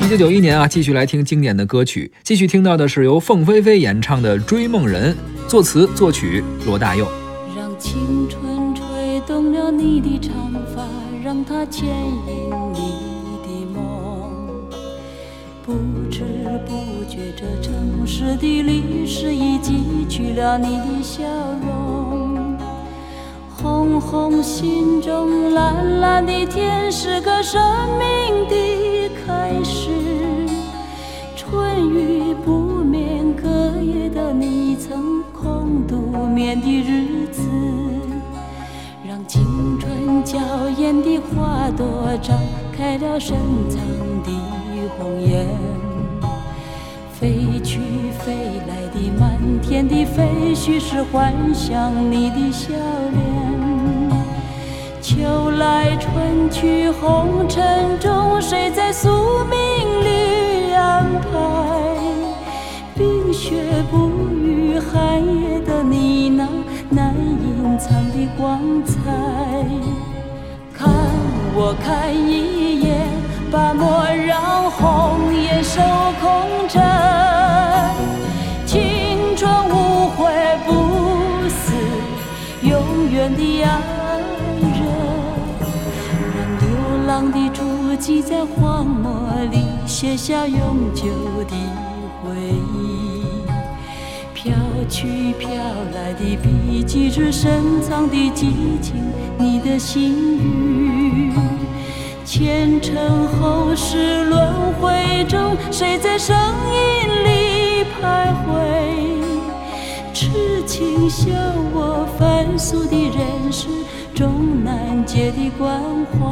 1991年啊，继续来听经典的歌曲。继续听到的是由凤飞飞演唱的《追梦人》，作词作曲罗大佑。 让青春吹动了你的长发，让它牵引你的梦。不知不觉，这城市的历史已记取了你的笑容。红红心中，蓝蓝的天是个生命的开始。春雨不眠，隔夜的你曾空独眠的日子，让青春娇艳的花朵绽开了深藏的红颜。飞去飞来的满天的飞絮，是幻想你的笑脸。秋来春去红尘中，谁在宿命里安排？冰雪不语，寒夜的你那难隐藏的光彩。看我看一眼，把莫让红颜守空枕。青春无悔不死，永远的爱人。让流浪的足迹在荒漠里写下永久的回忆。飘去飘来的笔迹，是深藏的激情，你的心语。前尘后世轮回中，谁在声音里徘徊？痴情笑我凡俗的人世中难解的关怀。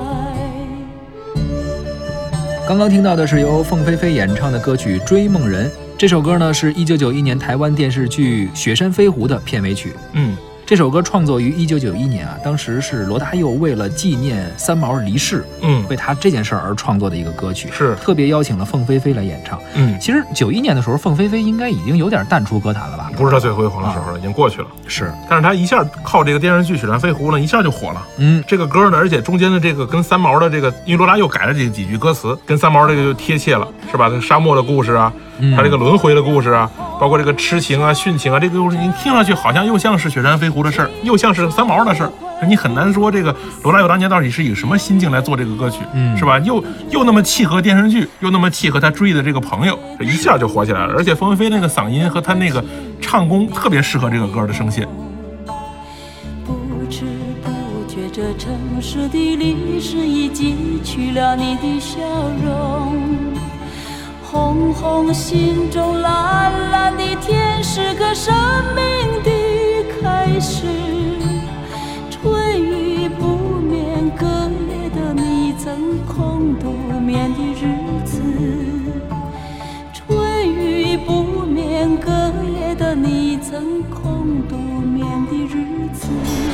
刚刚听到的是由凤飞飞演唱的歌曲《追梦人》。这首歌呢是1991年台湾电视剧《雪山飞狐》的片尾曲。这首歌创作于1991年啊，当时是罗大佑为了纪念三毛离世，为他这件事而创作的一个歌曲， 是特别邀请了凤飞飞来演唱。其实91年的时候，凤飞飞应该已经有点淡出歌坛了吧？ 不是他最辉煌的时候了，已经过去了。 是， 但是他一下靠这个电视剧《雪山飞狐》呢，一下就火了。这个歌呢，而且中间的这个跟三毛的这个，因为罗大佑改了这几句歌词，跟三毛这个就贴切了，是吧？这沙漠的故事啊，他这个轮回的故事啊，包括这个痴情啊、殉情啊，这个故事你听上去好像又像是雪山飞狐的事儿，又像是三毛的事儿，你很难说这个罗大佑当年到底是以什么心境来做这个歌曲，是吧？又那么契合电视剧，又那么契合他追的这个朋友，这一下就火起来了。而且凤飞飞那个嗓音和他那个唱功特别适合这个歌的声线。 不知不觉，这城市的历史已记取了你的笑容。红红心中，蓝蓝的天是个生命的开始。春雨不眠，隔夜的你曾空独眠的日子。春雨不眠，隔夜的你曾空独眠的日子。